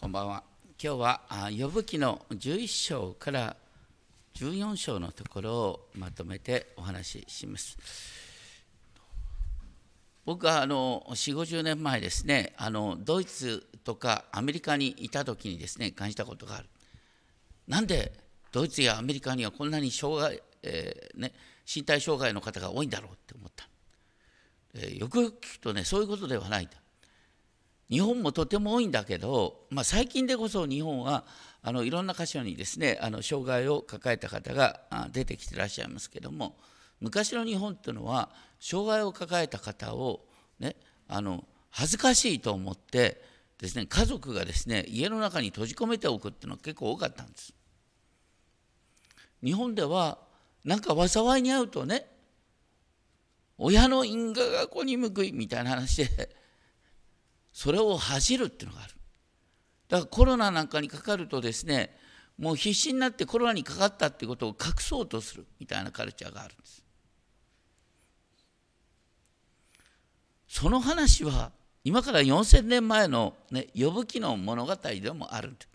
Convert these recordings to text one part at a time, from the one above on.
こんばんは。今日はヨブ記の11章から14章のところをまとめてお話しします。僕は4、50年前ですね、ドイツとかアメリカにいた時にですね、感じたことがある。なんでドイツやアメリカにはこんなに身体障害の方が多いんだろうって思った。よく聞くとね、そういうことではないんだ。日本もとても多いんだけど、最近でこそ日本はいろんな箇所にですね障害を抱えた方が出てきていらっしゃいますけども、昔の日本っていうのは障害を抱えた方を、ね、恥ずかしいと思ってですね、家族がですね家の中に閉じ込めておくっていうのが結構多かったんです。日本ではなんか災いに遭うとね、親の因果が子に報いみたいな話でそれを恥じるっていうのがある。だからコロナなんかにかかるとですね、もう必死になってコロナにかかったっていうことを隠そうとするみたいなカルチャーがあるんです。その話は今から4000年前のヨブ記の物語でもあるんです。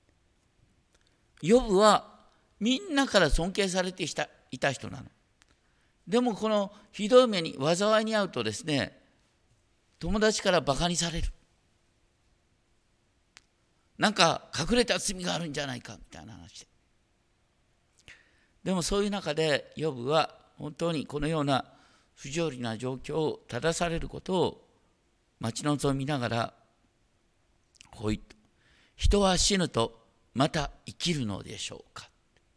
ヨブはみんなから尊敬されていた人なの。でもこのひどい目に災いに遭うとですね、友達からバカにされる。なんか隠れた罪があるんじゃないかみたいな話で。でもそういう中でヨブは本当にこのような不条理な状況を正されることを待ち望みながら、人は死ぬとまた生きるのでしょうか。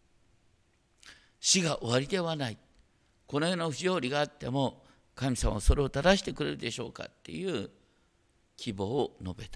死が終わりではない。この世の不条理があっても神様はそれを正してくれるでしょうかっていう希望を述べた。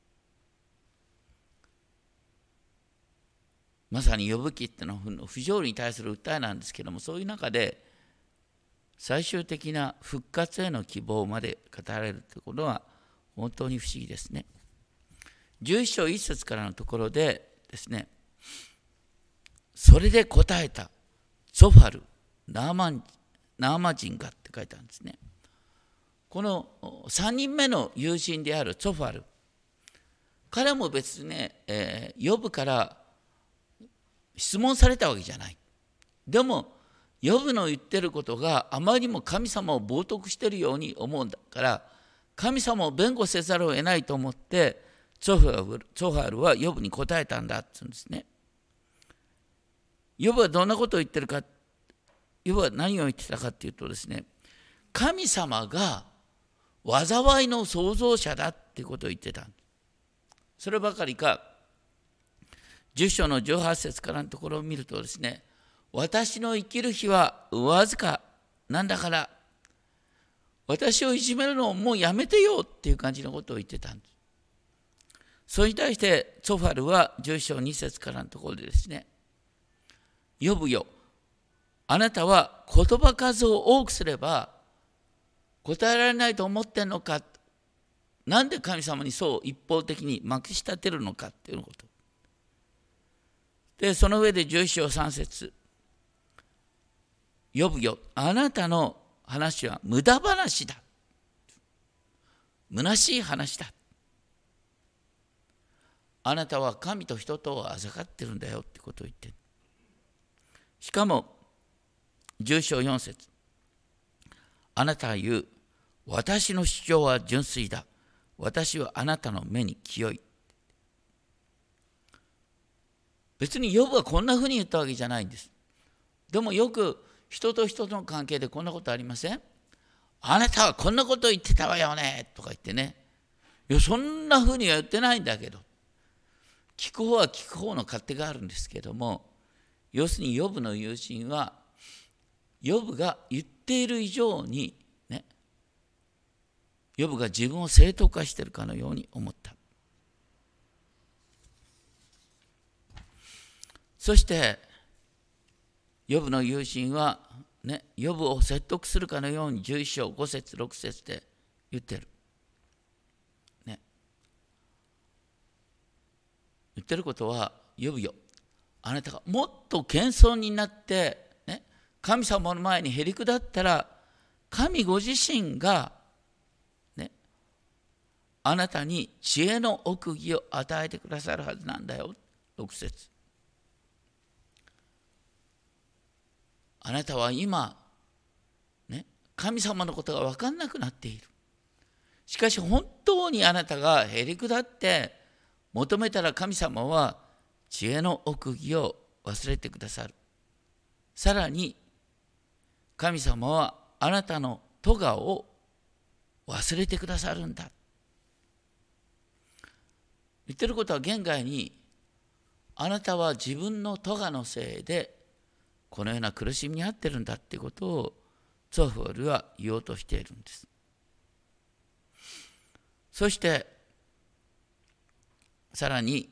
まさにヨブ記っていうのは不条理に対する訴えなんですけども、そういう中で最終的な復活への希望まで語られるということは本当に不思議ですね。11章1節からのところでですね、それで答えたゾファル、ナーマ人がって書いてあるんですね。この3人目の友人であるゾファル、彼も別にね、ヨブから質問されたわけじゃない。でもヨブの言ってることがあまりにも神様を冒涜しているように思うんだから、神様を弁護せざるを得ないと思ってゾファルはヨブに答えたんだって言うんですね。ヨブはどんなことを言ってるか、ヨブは何を言ってたかっていうとですね、神様が災いの創造者だっていうことを言ってた。そればかりか、10章の18節からのところを見るとですね、私の生きる日はわずかなんだから、私をいじめるのをもうやめてよっていう感じのことを言ってたんです。それに対してゾファルは10章2節からのところでですね、ヨブよ、あなたは言葉数を多くすれば答えられないと思ってんのか、なんで神様にそう一方的にまきし立てるのかっていうことで、その上で11章3節、ヨブよ、あなたの話は無駄話だ、虚しい話だ、あなたは神と人とをあざかってるんだよってことを言ってる。しかも10章4節、あなたは言う、私の主張は純粋だ、私はあなたの目に清い。別にヨブはこんなふうに言ったわけじゃないんです。でもよく人と人との関係でこんなことありません？あなたはこんなこと言ってたわよねとか言ってね、いやそんなふうには言ってないんだけど、聞く方は聞く方の勝手があるんですけども、要するにヨブの友人はヨブが言っている以上にね、ヨブが自分を正当化しているかのように思った。そしてヨブの友人はね、ヨブを説得するかのように11章5節6節で言ってる、ね、言ってることは、ヨブよ、あなたがもっと謙遜になって、ね、神様の前にへり下ったら、神ご自身が、ね、 あなたに知恵の奥義を与えてくださるはずなんだよ。6節。あなたは今、ね、神様のことが分かんなくなっている。しかし本当にあなたがへりくだって求めたら神様は知恵の奥義を忘れてくださる。さらに神様はあなたの咎を忘れてくださるんだ。言ってることは言外に、あなたは自分の咎のせいでこのような苦しみに遭ってるんだっていうことをツォファルは言おうとしているんです。そしてさらに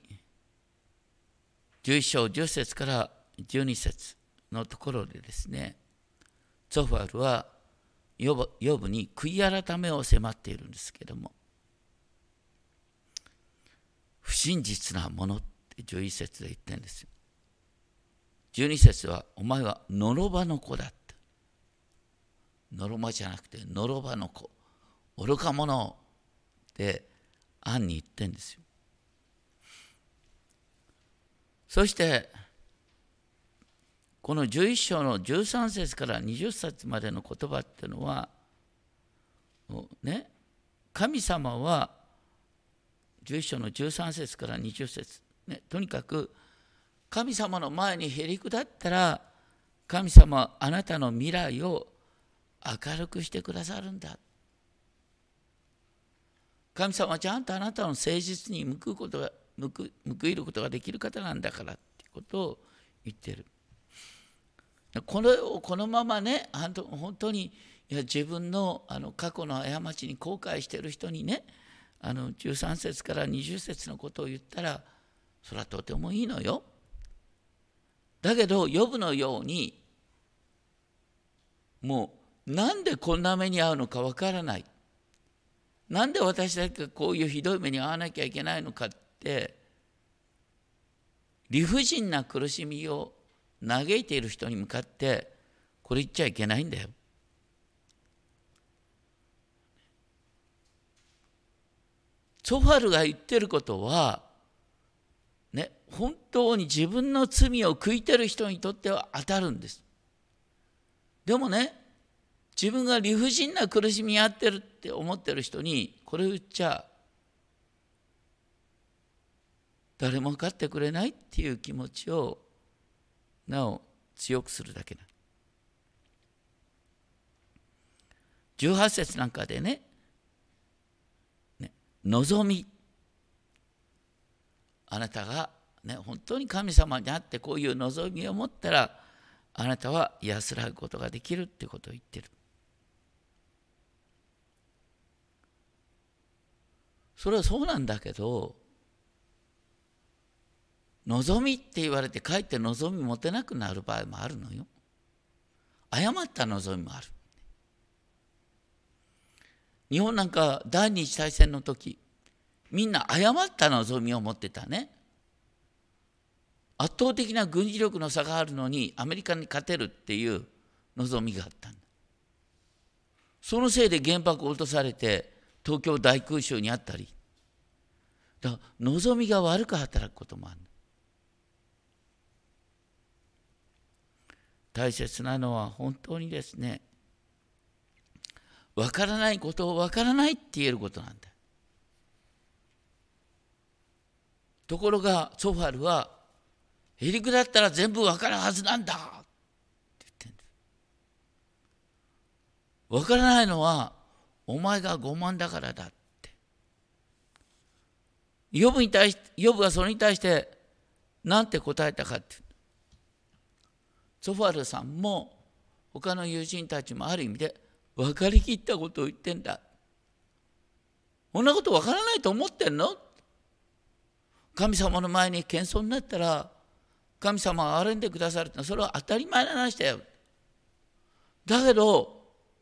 11章10節から12節のところでですね、ツォファルはヨブに悔い改めを迫っているんですけれども、不真実なものって11節で言ってるんですよ。12節はお前はのろばの子だって。のろまじゃなくてのろばの子、愚か者って暗に言ってるんですよ。そしてこの11章の13節から20節までの言葉っていうのはね、神様は11章の13節から20節、ね、とにかく神様の前にへりくだったら神様はあなたの未来を明るくしてくださるんだ。神様はちゃんとあなたの誠実に報いることができる方なんだからっていうことを言っている。このままね、本当に自分の過去の過ちに後悔している人にね、13節から20節のことを言ったらそれはとてもいいのよ。だけどヨブのようにもうなんでこんな目に遭うのかわからない、なんで私だけがこういうひどい目に遭わなきゃいけないのかって理不尽な苦しみを嘆いている人に向かってこれ言っちゃいけないんだよ。ツォファルが言ってることはね、本当に自分の罪を悔いてる人にとっては当たるんです。でもね、自分が理不尽な苦しみに遭ってるって思ってる人にこれを言っちゃ誰も分かってくれないっていう気持ちをなお強くするだけだ。18節なんかでね、望み、あなたが、ね、本当に神様にあってこういう望みを持ったらあなたは安らぐことができるってことを言ってる。それはそうなんだけど、望みって言われてかえって望み持てなくなる場合もあるのよ。誤った望みもある。日本なんか第二次大戦の時、みんな誤った望みを持ってたね。圧倒的な軍事力の差があるのにアメリカに勝てるっていう望みがあったんだ。そのせいで原爆を落とされて東京大空襲にあったり、だから望みが悪く働くこともある。大切なのは本当にですね、分からないことを分からないって言えることなんだ。ところがツォファルはへりくだったら全部分かるはずなんだって言ってるんです。分からないのはお前が傲慢だからだって。ヨブがそれに対して何て答えたかって、ツォファルさんも他の友人たちもある意味で分かりきったことを言ってんだ。こんなこと分からないと思ってんの？神様の前に謙遜になったら神様が憐れんでくださるってのはそれは当たり前の話だよ。だけど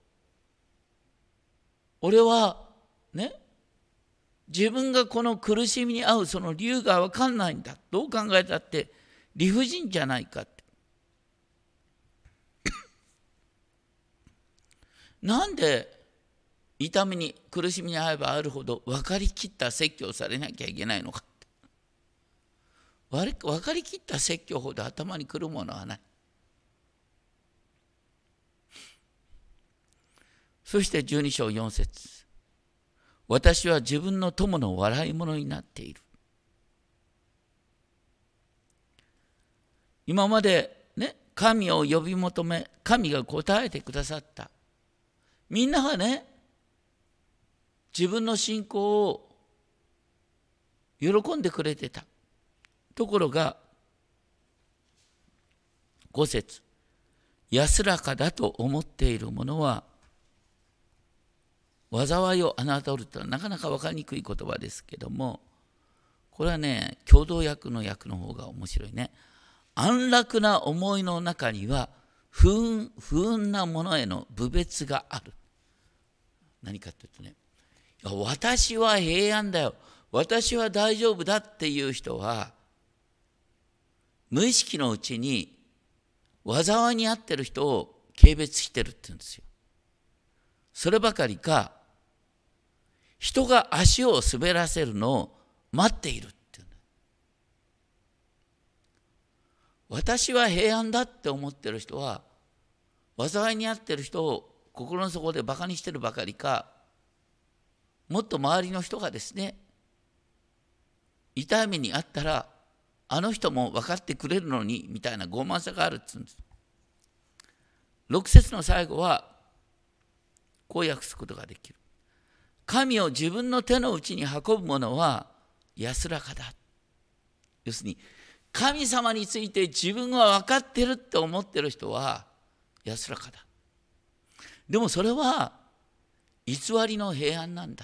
俺はね、自分がこの苦しみに遭うその理由が分かんないんだ。どう考えたって理不尽じゃないかって。なんで痛みに苦しみに遭えばあるほど分かりきった説教をされなきゃいけないのか。分かりきった説教ほど頭にくるものはない。そして12章4節、私は自分の友の笑い者になっている。今までね、神を呼び求め、神が答えてくださった。みんながね、自分の信仰を喜んでくれてた。ところが、5節、安らかだと思っている者は、災いを侮るとはなかなか分かりにくい言葉ですけども、これはね、共同訳の訳の方が面白いね。安楽な思いの中には不運なものへの侮蔑がある。何かというとね、私は平安だよ、私は大丈夫だっていう人は、無意識のうちに災いに遭ってる人を軽蔑してるって言うんですよ。そればかりか、人が足を滑らせるのを待っているっていう。私は平安だって思ってる人は、災いに遭ってる人を心の底でバカにしてるばかりか、もっと周りの人がですね、痛い目にあったら、あの人も分かってくれるのにみたいな傲慢さがあるって言うんです。6節の最後はこう訳すことができる。神を自分の手の内に運ぶ者は安らかだ。要するに神様について自分は分かってるって思ってる人は安らかだ。でもそれは偽りの平安なんだ。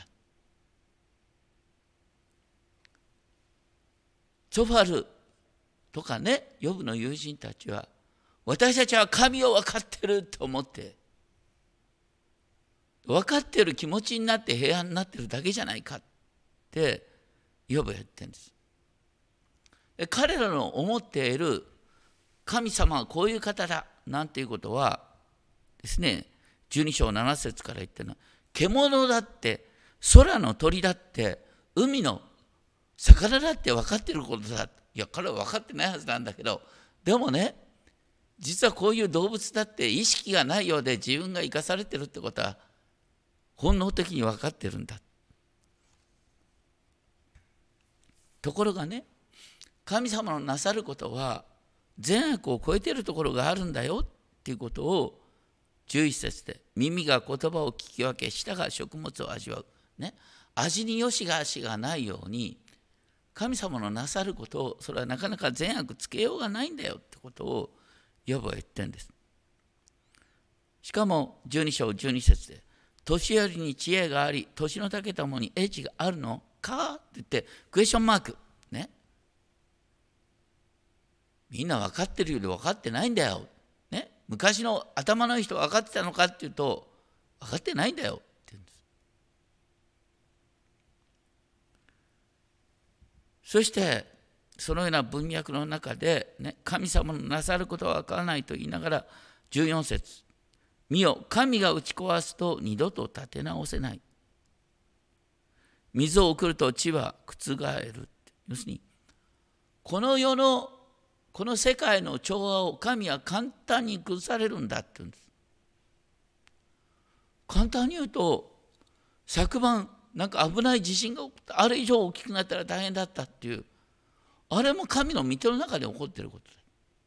ツォファルとかね、ヨブの友人たちは、私たちは神を分かってると思って、分かってる気持ちになって平安になってるだけじゃないかってヨブは言ってるんです。彼らの思っている神様はこういう方だなんていうことはですね、12章7節から言ってるのは、獣だって空の鳥だって海の魚だって分かってることだ。いや、彼は分かってないはずなんだけど、でもね、実はこういう動物だって意識がないようで自分が生かされてるってことは本能的に分かってるんだ。ところがね、神様のなさることは善悪を超えているところがあるんだよっていうことを11節で、耳が言葉を聞き分け、舌が食物を味わう、ね、味によしがしがないように、神様のなさることを、それはなかなか善悪つけようがないんだよってことをヨブは言ってるんです。しかも12章12節で、年寄りに知恵があり、年のたけたものに英知があるのかって言って、クエスチョンマーク。ね。みんな分かってるより分かってないんだよ。ね。昔の頭のいい人分かってたのかっていうと、分かってないんだよって言うんです。そして、そのような文脈の中で、ね、神様のなさることは分からないと言いながら、14節、見よ、神が打ち壊すと二度と立て直せない。水を送ると地は覆る。要するに、この世の、この世界の調和を神は簡単に崩されるんだって言うんです。簡単に言うと、昨晩、なんか危ない地震が起こった、あれ以上大きくなったら大変だったっていう、あれも神の御手の中で起こっていることだ。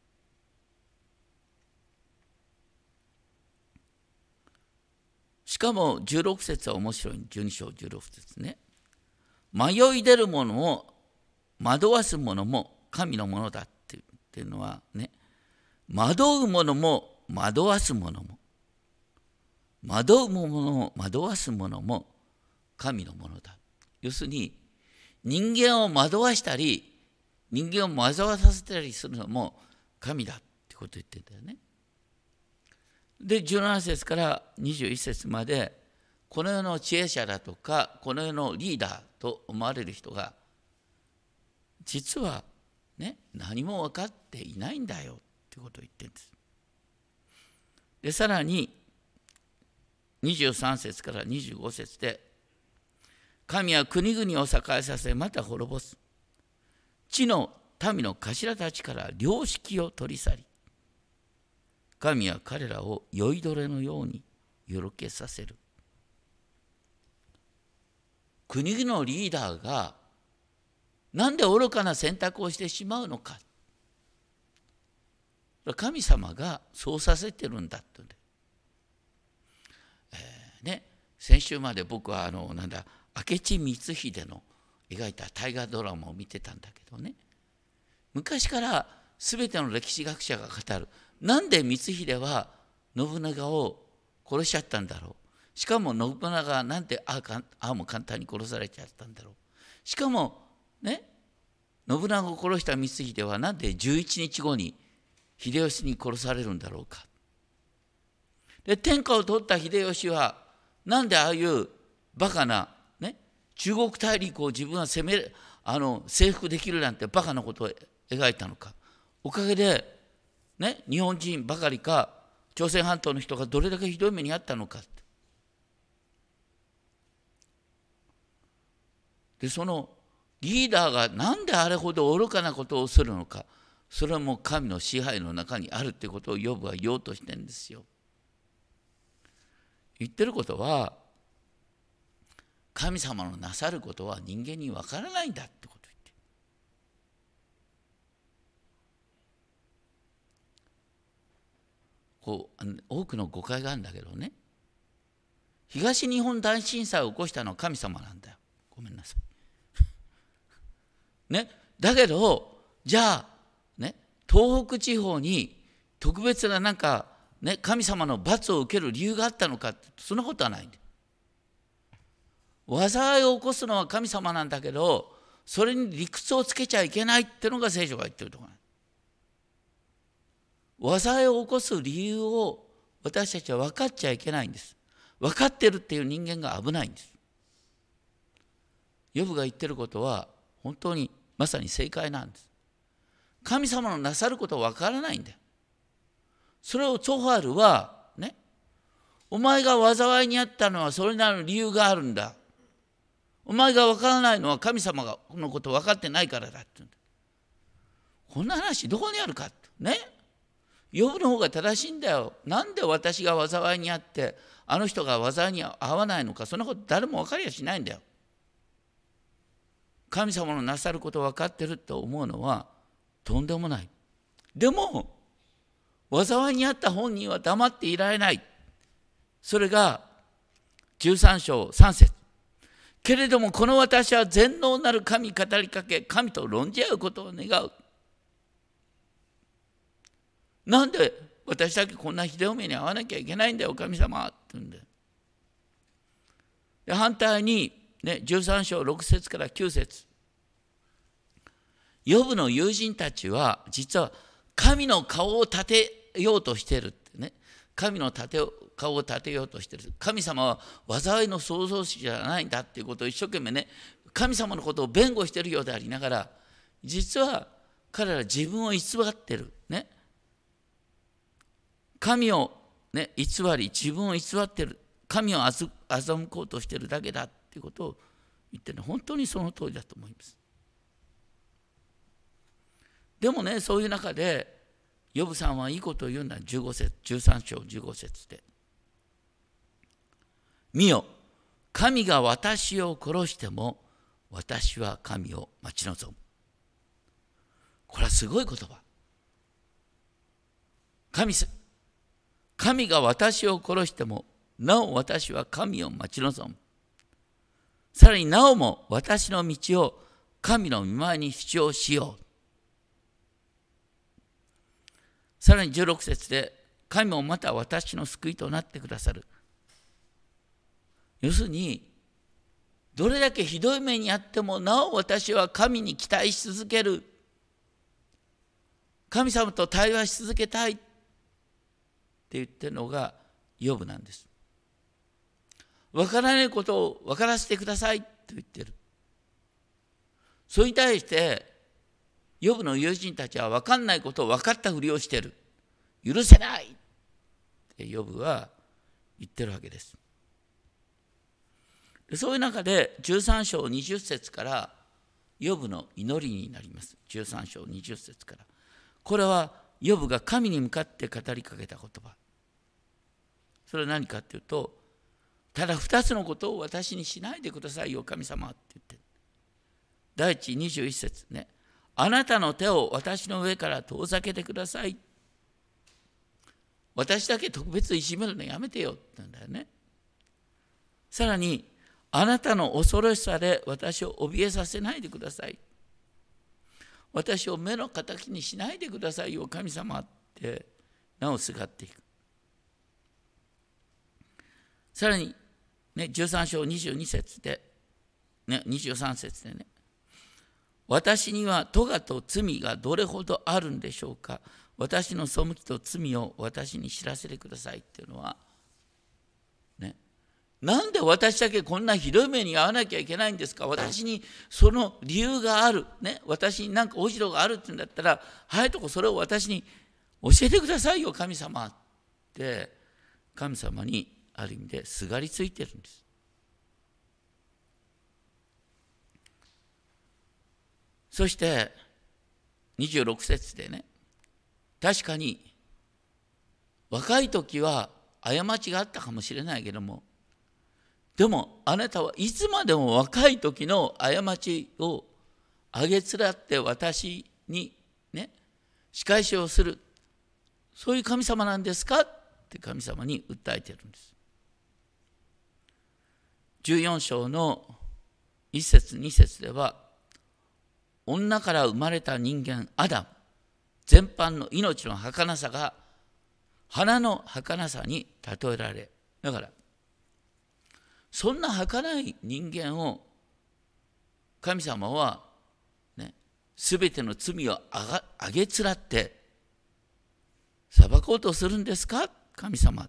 しかも16節は面白い。12章16節ね。迷い出るものを惑わすものも神のものだっていうのはね、惑うものも惑わすものも、惑うものを惑わすものも神のものだ。要するに、人間を惑わしたり、人間を惑わさせたりするのも神だってことを言ってるんだよね。で、17節から21節まで、この世の知恵者だとか、この世のリーダーと思われる人が、実はね、何も分かっていないんだよってことを言ってるんです。で、さらに、 23節から25節で、神は国々を栄えさせ、また滅ぼす。地の民の頭たちから良識を取り去り、神は彼らを酔いどれのようによろけさせる。国々のリーダーがなんで愚かな選択をしてしまうのか。神様がそうさせてるんだって。先週まで僕は明智光秀の描いた大河ドラマを見てたんだけどね、昔から全ての歴史学者が語る、なんで光秀は信長を殺しちゃったんだろう。しかも信長がなんでああも簡単に殺されちゃったんだろう。しかもね、信長を殺した光秀はなんで11日後に秀吉に殺されるんだろうか。で、天下を取った秀吉はなんでああいうバカな、中国大陸を自分は征服できるなんてバカなことを描いたのか。おかげで、日本人ばかりか朝鮮半島の人がどれだけひどい目にあったのか。で、そのリーダーがなんであれほど愚かなことをするのか、それはもう神の支配の中にあるってことをヨブは言おうとしてるんですよ。言ってることは、神様のなさることは人間にわからないんだってことを言ってる。多くの誤解があるんだけどね、東日本大震災を起こしたのは神様なんだよ。ごめんなさい。だけど、じゃあ、東北地方に特別な神様の罰を受ける理由があったのかって、そんなことはないんだよ。災いを起こすのは神様なんだけど、それに理屈をつけちゃいけないっていうのが聖書が言ってるところなんです。災いを起こす理由を私たちは分かっちゃいけないんです。分かってるっていう人間が危ないんです。ヨブが言ってることは本当にまさに正解なんです。神様のなさることは分からないんだよ。それをツォファールはお前が災いにあったのはそれなりの理由があるんだ。お前が分からないのは神様がのこと分かってないからだって言うんだ。こんな話どこにあるかってヨブの方が正しいんだよ。なんで私が災いにあってあの人が災いに合わないのか、そんなこと誰も分かりやしないんだよ。神様のなさることを分かってると思うのはとんでもない。でも災いにあった本人は黙っていられない。それが13章3節。けれどもこの私は全能なる神語りかけ、神と論じ合うことを願う。なんで私だけこんなひどい目に遭わなきゃいけないんだよ神様って言うんだよ。で、反対に13章6節から9節。ヨブの友人たちは実は神の顔を立てようとしてるって神の顔を立てようとしてる。神様は災いの創造主じゃないんだっていうことを一生懸命神様のことを弁護しているようでありながら、実は彼ら自分を偽ってる神を偽り、自分を偽ってる、神を欺こうとしてるだけだっていうことを言ってる。本当にその通りだと思います。でもそういう中でヨブさんはいいことを言うんだ。13章15節で。見よ、神が私を殺しても私は神を待ち望む。これはすごい言葉。神が私を殺してもなお私は神を待ち望む。さらになおも私の道を神の御前に主張しよう。さらに16節で、神もまた私の救いとなってくださる。要するに、どれだけひどい目にあってもなお私は神に期待し続ける。神様と対話し続けたいって言ってるのがヨブなんです。分からないことを分からせてくださいと言ってる。それに対してヨブの友人たちは分かんないことを分かったふりをしている。許せないってヨブは言ってるわけです。 そういう中で13章20節からヨブの祈りになります。13章20節から。これはヨブが神に向かって語りかけた言葉。それは何かというと、ただ2つのことを私にしないでくださいよ神様って言ってる。第一21節ね。あなたの手を私の上から遠ざけてください。私だけ特別いじめるのやめてよって言うんだよね。さらに、あなたの恐ろしさで私を怯えさせないでください。私を目の敵にしないでくださいよ神様ってなおすがっていく。さらに、ね、13章22節で、ね、23節でね、私には咎と罪がどれほどあるんでしょうか。私の背きと罪を私に知らせてくださいっていうのは、ね、なんで私だけこんなひどい目に遭わなきゃいけないんですか。私にその理由がある、ね、私に何かおじろがあるっていうんだったら、早いとこそれを私に教えてくださいよ神様って神様にある意味ですがりついてるんです。そして26節でね、確かに若い時は過ちがあったかもしれないけども、でもあなたはいつまでも若い時の過ちをあげつらって私にね仕返しをする、そういう神様なんですかって神様に訴えているんです。14章の1節2節では、女から生まれた人間アダム全般の命の儚さが花の儚さに例えられ、だからそんな儚い人間を神様はね、すべての罪をあげつらって裁こうとするんですか神様って。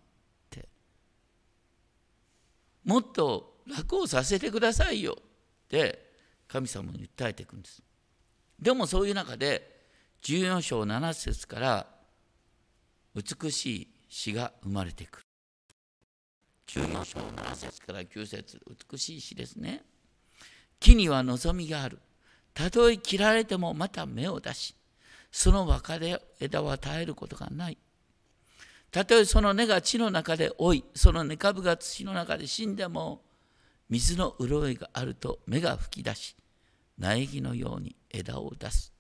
もっと楽をさせてくださいよって神様に訴えていくんです。でもそういう中で14章7節から美しい詩が生まれてくる。14章7節から9節、美しい詩ですね。木には望みがある。たとえ切られてもまた芽を出し、その若枝は絶えることがない。たとえその根が地の中で老い、その根株が土の中で死んでも、水の潤いがあると芽が吹き出し、苗木のように枝を出す。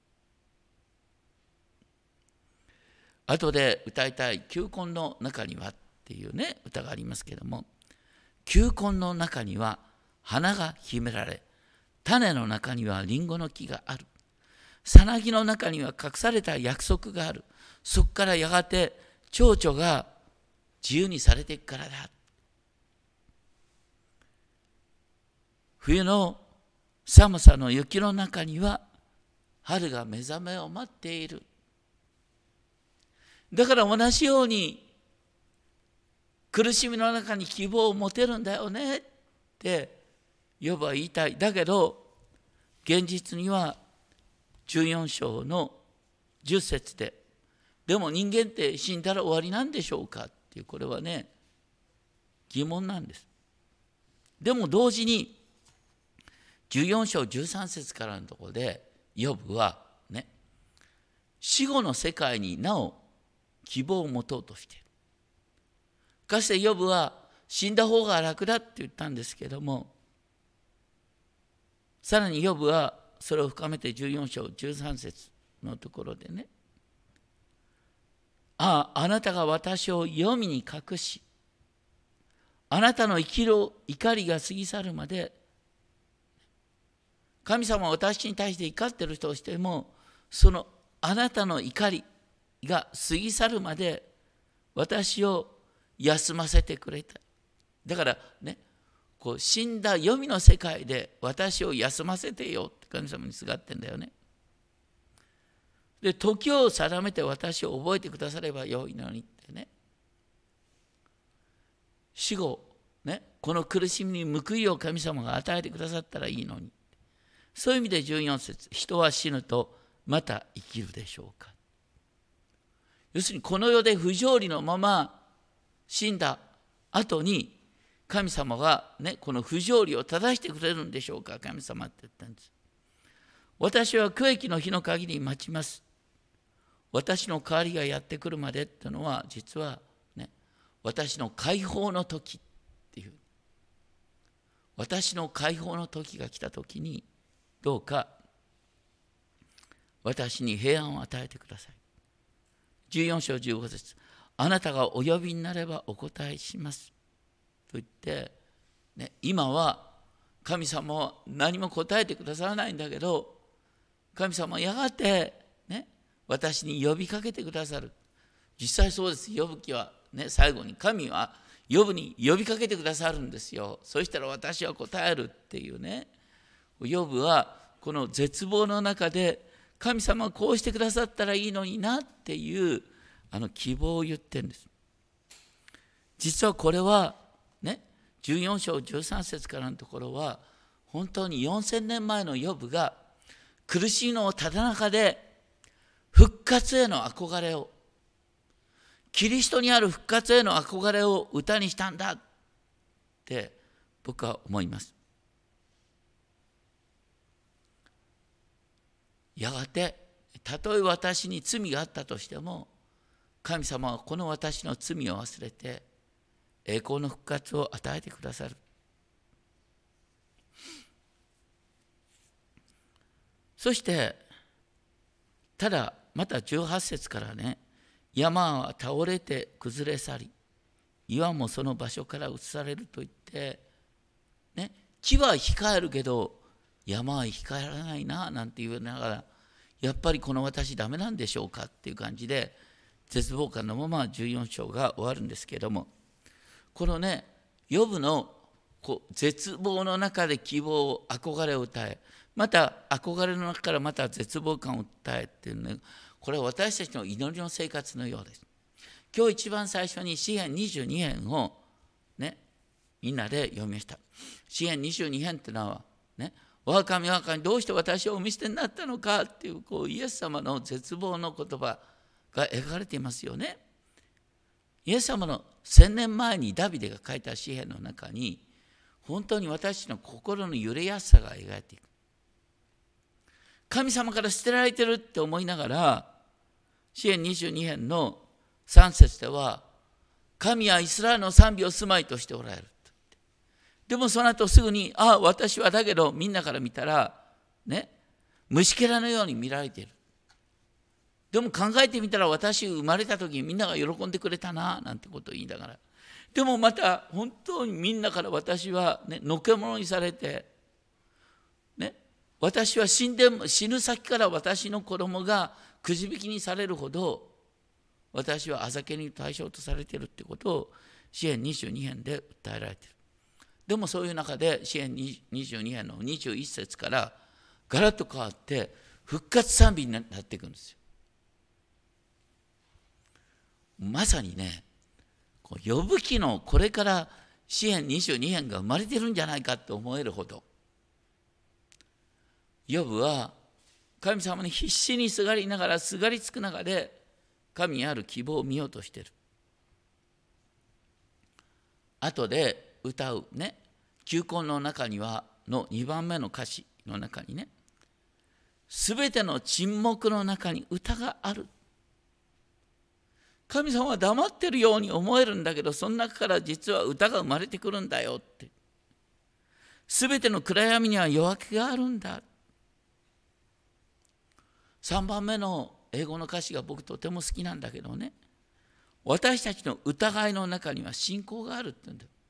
後で歌いたい球根の中にはっていうね歌がありますけれども、球根の中には花が秘められ、種の中にはリンゴの木がある。さなぎの中には隠された約束がある。そこからやがて蝶々が自由にされていくからだ。冬の寒さの雪の中には春が目覚めを待っている。だから同じように苦しみの中に希望を持てるんだよねってヨブは言いたい。だけど現実には14章の10節で、でも人間って死んだら終わりなんでしょうかっていう、これはね疑問なんです。でも同時に14章13節からのところでヨブはね、死後の世界になお希望を持とうとしている。かつてヨブは死んだ方が楽だって言ったんですけども、さらにヨブはそれを深めて14章13節のところでね、あなたが私を黄泉に隠し、あなたの怒りが過ぎ去るまで、神様は私に対して怒っている人をしても、そのあなたの怒りが過ぎ去るまで私を休ませてくれた。だからね、こう死んだ黄泉の世界で私を休ませてよって神様にすがってんだよね。で、時を定めて私を覚えてくださればよいのにってね。死後、ね、この苦しみに報いを神様が与えてくださったらいいのに。そういう意味で14節、人は死ぬとまた生きるでしょうか。要するにこの世で不条理のまま死んだ後に神様がね、この不条理を正してくれるんでしょうか、神様って言ったんです。私は苦役の日の限り待ちます。私の代わりがやってくるまでっていうのは、実はね、私の解放の時っていう。私の解放の時が来た時に、どうか私に平安を与えてください。14章15節。あなたがお呼びになればお答えします。と言って、ね、今は神様は何も答えてくださらないんだけど、神様はやがて、ね、私に呼びかけてくださる。実際そうです。ヨブ記は、ね、最後に神はヨブに呼びかけてくださるんですよ。そしたら私は答えるっていうね。ヨブはこの絶望の中で神様はこうしてくださったらいいのになっていう希望を言ってるんです。実はこれはね、14章13節からのところは本当に4000年前のヨブが苦しいのをただ中で復活への憧れを、キリストにある復活への憧れを歌にしたんだって僕は思います。やがてたとえ私に罪があったとしても、神様はこの私の罪を忘れて栄光の復活を与えてくださる。そしてただまた18節からね、山は倒れて崩れ去り、岩もその場所から移されると言って、ね、木は控えるけど山は控えられないななんて言いながら、やっぱりこの私ダメなんでしょうかっていう感じで絶望感のまま14章が終わるんですけれども、このね、ヨブの絶望の中で希望、憧れを歌え、また憧れの中からまた絶望感を訴えっていうね、これは私たちの祈りの生活のようです。今日一番最初に詩編22編をね、みんなで読みました。詩編22編っていうのはね、我が神我が神どうして私をお見捨てになったのかっていう、イエス様の絶望の言葉が描かれていますよね。イエス様の1000年前にダビデが書いた詩編の中に、本当に私の心の揺れやすさが描いていく。神様から捨てられてるって思いながら、詩編22編の3節では、神はイスラエルの賛美を住まいとしておられる。でもその後すぐに、私はだけどみんなから見たら、ね、虫けらのように見られている。でも考えてみたら私生まれた時にみんなが喜んでくれたな、なんてことを言いながら。でもまた本当にみんなから私は、ね、のけ者にされて、ね、私は死ぬ先から私の子供がくじ引きにされるほど、私はあざけに対象とされているってことを詩編22編で訴えられている。でもそういう中で詩編22編の21節からガラッと変わって復活賛美になっていくんですよ。まさにね、ヨブ記のこれから詩編22編が生まれてるんじゃないかと思えるほど、ヨブは神様に必死にすがりながら、すがりつく中で神にある希望を見ようとしている。後で歌うね、旧婚の中にはの2番目の歌詞の中にね、すべての沈黙の中に歌がある。神様は黙ってるように思えるんだけど、その中から実は歌が生まれてくるんだよって。すべての暗闇には夜明けがあるんだ。3番目の英語の歌詞が僕とても好きなんだけどね、私たちの疑いの中には信仰があるって言うんだよ。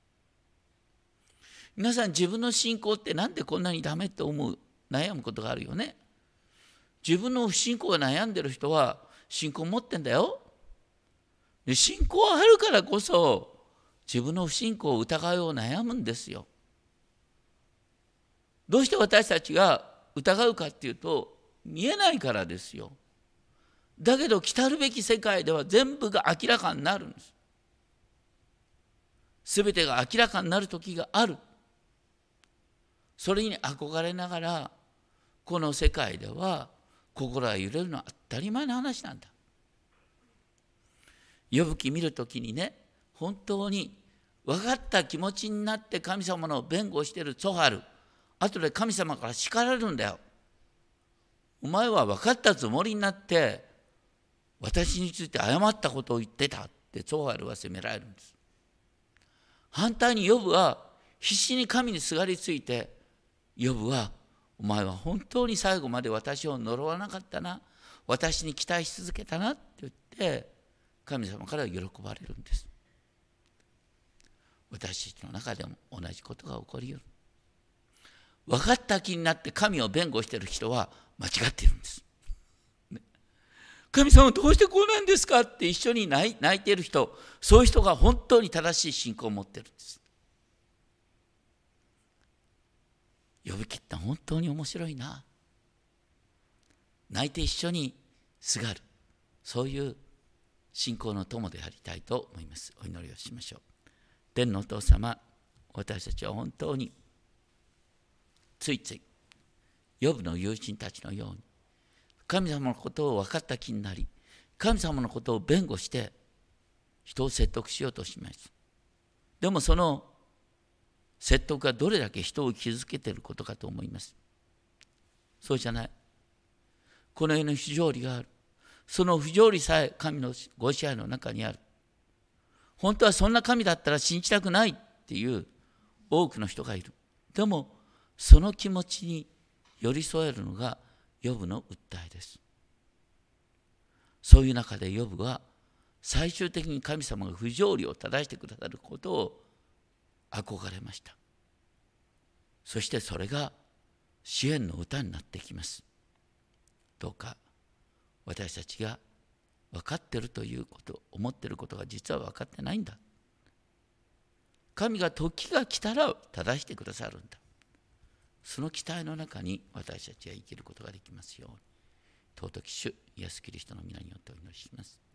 皆さん、自分の信仰ってなんでこんなにダメって悩むことがあるよね。自分の不信仰が悩んでる人は信仰持ってんだよ。で、信仰あるからこそ自分の不信仰を疑いを悩むんですよ。どうして私たちが疑うかっていうと、見えないからですよ。だけど来たるべき世界では全部が明らかになるんです。すべてが明らかになる時がある。それに憧れながら、この世界では心が揺れるのは当たり前の話なんだ。ヨブ記見るときにね、本当に分かった気持ちになって神様の弁護をしているツォハル、後で神様から叱られるんだよ。お前は分かったつもりになって私について誤ったことを言ってたってツォハルは責められるんです。反対にヨブは必死に神にすがりついて、ヨブはお前は本当に最後まで私を呪わなかったな、私に期待し続けたなって言って神様から喜ばれるんです。私たちの中でも同じことが起こり得る。分かった気になって神を弁護している人は間違っているんです。神様どうしてこうなんですかって一緒に泣いている人、そういう人が本当に正しい信仰を持っているんです。呼び切った本当に面白いな。泣いて一緒にすがる、そういう信仰の友でありたいと思います。お祈りをしましょう。天のお父様、私たちは本当についついヨブの友人たちのように神様のことを分かった気になり、神様のことを弁護して人を説得しようとします。でもその説得がどれだけ人を傷つけていることかと思います。そうじゃない。この世の不条理がある。その不条理さえ神のご支配の中にある。本当はそんな神だったら信じたくないっていう多くの人がいる。でもその気持ちに寄り添えるのがヨブの訴えです。そういう中でヨブは最終的に神様が不条理を正してくださることを憧れました。そしてそれが支援の歌になってきます。どうか私たちが分かっているということ、思っていることが実は分かってないんだ。神が時が来たら正してくださるんだ。その期待の中に私たちは生きることができますように。尊き主イエスキリストの皆によってお祈りします。